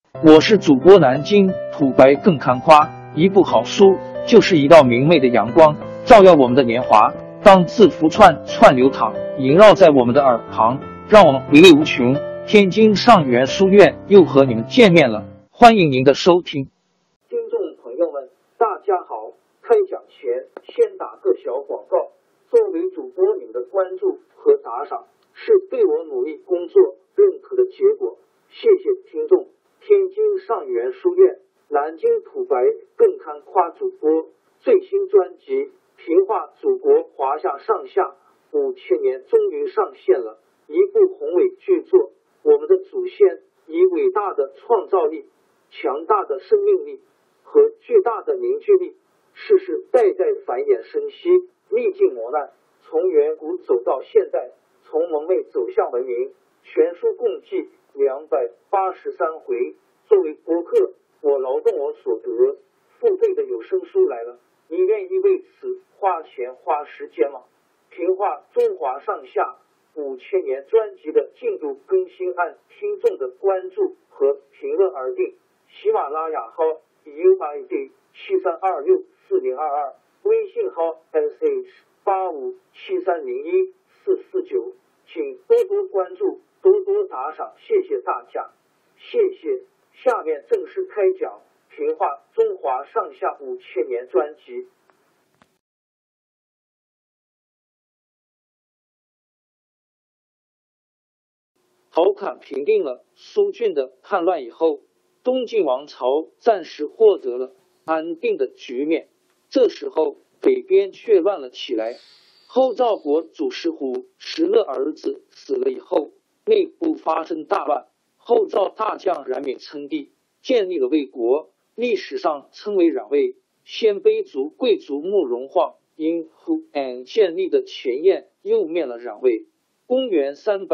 我是主播南京土白更看花，一部好书就是一道明媚的阳光，照耀我们的年华。当字符串串流淌，萦绕在我们的耳旁，让我们回味无穷。天津上元书院又和你们见面了，欢迎您的收听。 听众朋友们，大家好！开讲前先打个小广告。作为主播，你们的关注和打赏是对我努力工作认可的结果，谢谢听众。天津上元书院、南京土白更看花主播最新专辑《平话祖国华夏上下5000年》终于上线了，一部宏伟巨作。我们的祖先以伟大的创造力、强大的生命力和巨大的凝聚力，世世代代繁衍生息，历尽磨难，从远古走到现代，从蒙昧走向文明。全书共计283回。作为播客，我劳动我所得，付费的有声书来了，你愿意为此花钱花时间吗？评话中华上下5000年专辑的进度更新按听众的关注和评论而定。喜马拉雅号 UID 73264022，微信号 SH857301449，请多多关注，多多打赏，谢谢大家，谢谢。下面正式开讲评话中华上下5000年专辑。陶侃平定了苏峻的叛乱以后，东晋王朝暂时获得了安定的局面。这时候北边却乱了起来。后赵国主石虎石勒儿子死了以后，内部发生大乱。后赵大将冉闵称帝，建立了魏国，历史上称为冉魏。鲜卑族贵族慕容晃因呼安建立的前燕又灭了冉魏。公元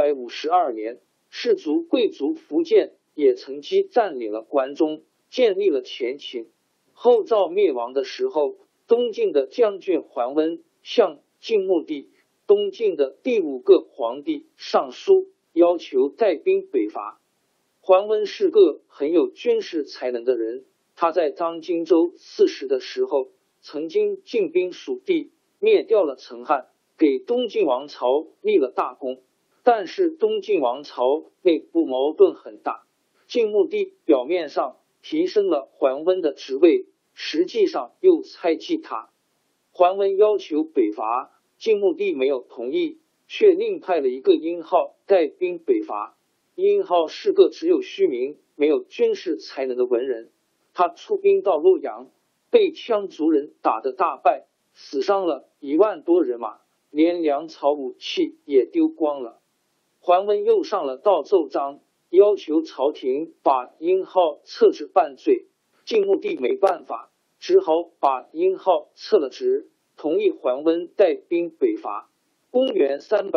352年，士族贵族苻建也乘机占领了关中，建立了前秦。后赵灭亡的时候，东晋的将军桓温向晋穆帝、东晋的第5个皇帝上书，要求带兵北伐。桓温是个很有军事才能的人，他在当荆州刺史的时候，曾经进兵蜀地，灭掉了陈汉，给东晋王朝立了大功。但是东晋王朝内部矛盾很大，晋穆帝表面上提升了桓温的职位，实际上又猜忌他。桓温要求北伐，晋穆帝没有同意，却另派了一个殷浩带兵北伐。殷浩是个只有虚名没有军事才能的文人，他出兵到洛阳，被羌族人打得大败，死伤了1万多人马，连粮草武器也丢光了。桓温又上了道奏章，要求朝廷把殷浩撤职办罪。晋穆帝没办法，只好把殷浩撤了职，同意桓温带兵北伐。公元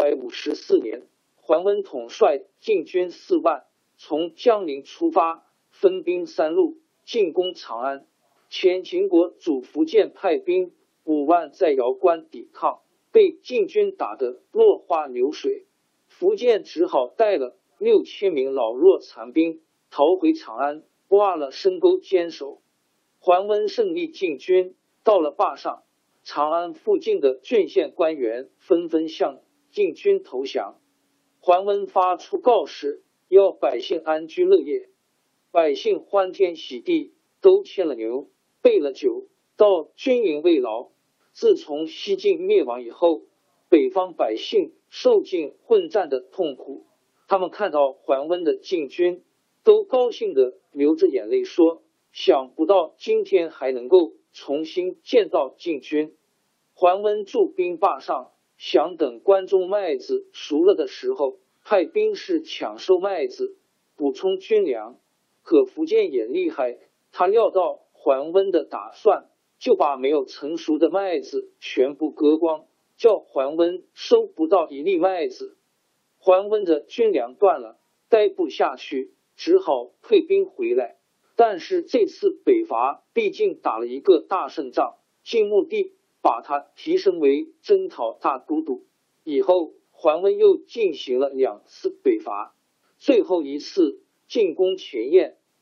354年，桓温统帅禁军4万，从江陵出发，分兵3路进攻长安。前秦国主苻建派兵5万在瑶关抵抗，被晋军打得落花流水。苻建只好带了6000名老弱残兵逃回长安，挖了深沟坚守。桓温胜利进军，到了坝上，长安附近的郡县官员纷纷向晋军投降。桓温发出告示，要百姓安居乐业。百姓欢天喜地，都牵了牛，备了酒，到军营慰劳。自从西晋灭亡以后，北方百姓受尽混战的痛苦，他们看到桓温的进军，都高兴地流着眼泪说，想不到今天还能够重新见到晋军。桓温驻兵坝上，想等关中麦子熟了的时候，派兵士抢收麦子，补充军粮。可苻建也厉害，他料到桓温的打算，就把没有成熟的麦子全部割光，叫桓温收不到1粒麦子。桓温的军粮断了，待不下去，只好退兵回来。但是这次北伐毕竟打了一个大胜仗，晋穆帝把他提升为征讨大都督。以后桓温又进行了2次北伐，最后一次进攻前燕，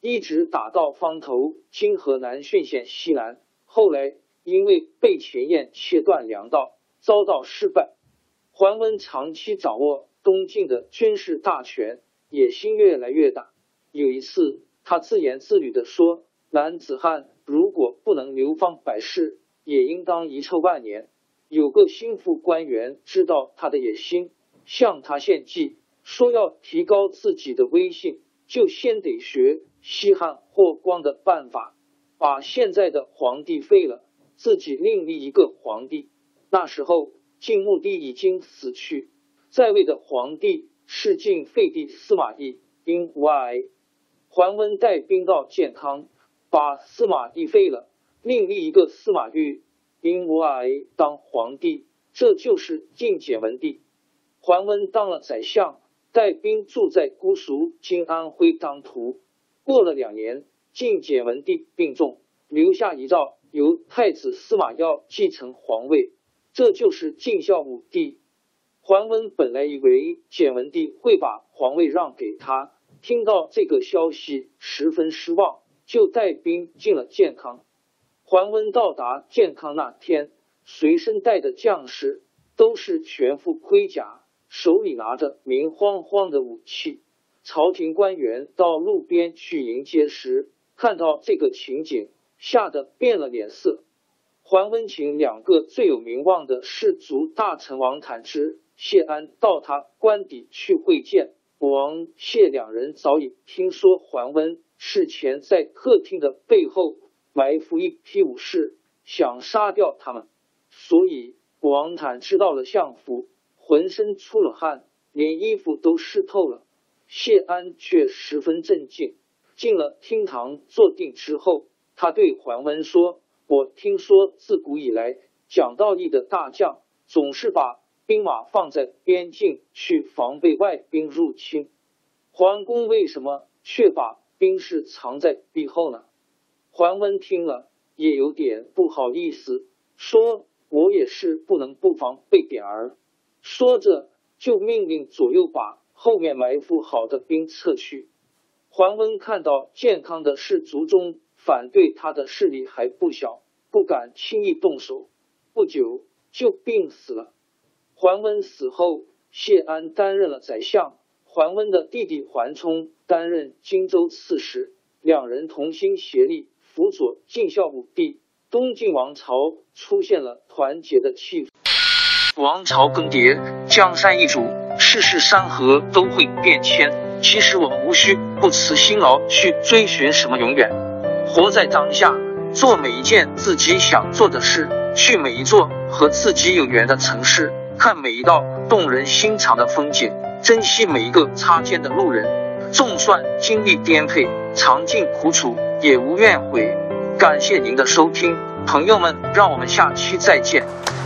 一直打到方头，今河南浚县西南。后来因为被前燕切断粮道，遭到失败。桓温长期掌握东晋的军事大权，野心越来越大。有一次，他自言自语地说：“男子汉如果不能流芳百世，也应当遗臭万年。”有个心腹官员知道他的野心，向他献计，说要提高自己的威信，就先得学西汉霍光的办法，把现在的皇帝废了，自己另立一个皇帝。那时候晋穆帝已经死去，在位的皇帝是晋废帝司马懿，因无碍。桓温带兵到建康，把司马懿废了，另立一个司马昱，因无碍当皇帝，这就是晋简文帝。桓温当了宰相，带兵住在姑孰（今安徽当涂）。过了2年，晋简文帝病重，留下遗诏，由太子司马曜继承皇位，这就是晋孝武帝。桓温本来以为简文帝会把皇位让给他，听到这个消息十分失望，就带兵进了建康。桓温到达建康那天，随身带的将士都是全副盔甲，手里拿着明晃晃的武器。朝廷官员到路边去迎接时，看到这个情景，吓得变了脸色。桓温请2个最有名望的士族大臣王坦之、谢安到他官邸去会见。王谢2人早已听说桓温事前在客厅的背后埋伏一批武士，想杀掉他们，所以王坦知道了相府，浑身出了汗，连衣服都湿透了。谢安却十分镇静。进了厅堂坐定之后，他对桓温说：“我听说自古以来，讲道义的大将总是把兵马放在边境去防备外兵入侵，桓公为什么却把兵士藏在背后呢？”桓温听了也有点不好意思，说：“我也是不能不防备点儿。”说着就命令左右把后面埋伏好的兵撤去。桓温看到建康的士族中反对他的势力还不小，不敢轻易动手，不久就病死了。桓温死后，谢安担任了宰相，桓温的弟弟桓冲担任荆州刺史，2人同心协力辅佐晋孝武帝，东晋王朝出现了团结的气氛。王朝更迭，江山易主，世事山河都会变迁。其实我们无需不辞辛劳去追寻什么永远，活在当下，做每一件自己想做的事，去每一座和自己有缘的城市，看每一道动人心肠的风景，珍惜每一个擦肩的路人。纵算经历颠沛，尝尽苦楚，也无怨悔。感谢您的收听，朋友们，让我们下期再见。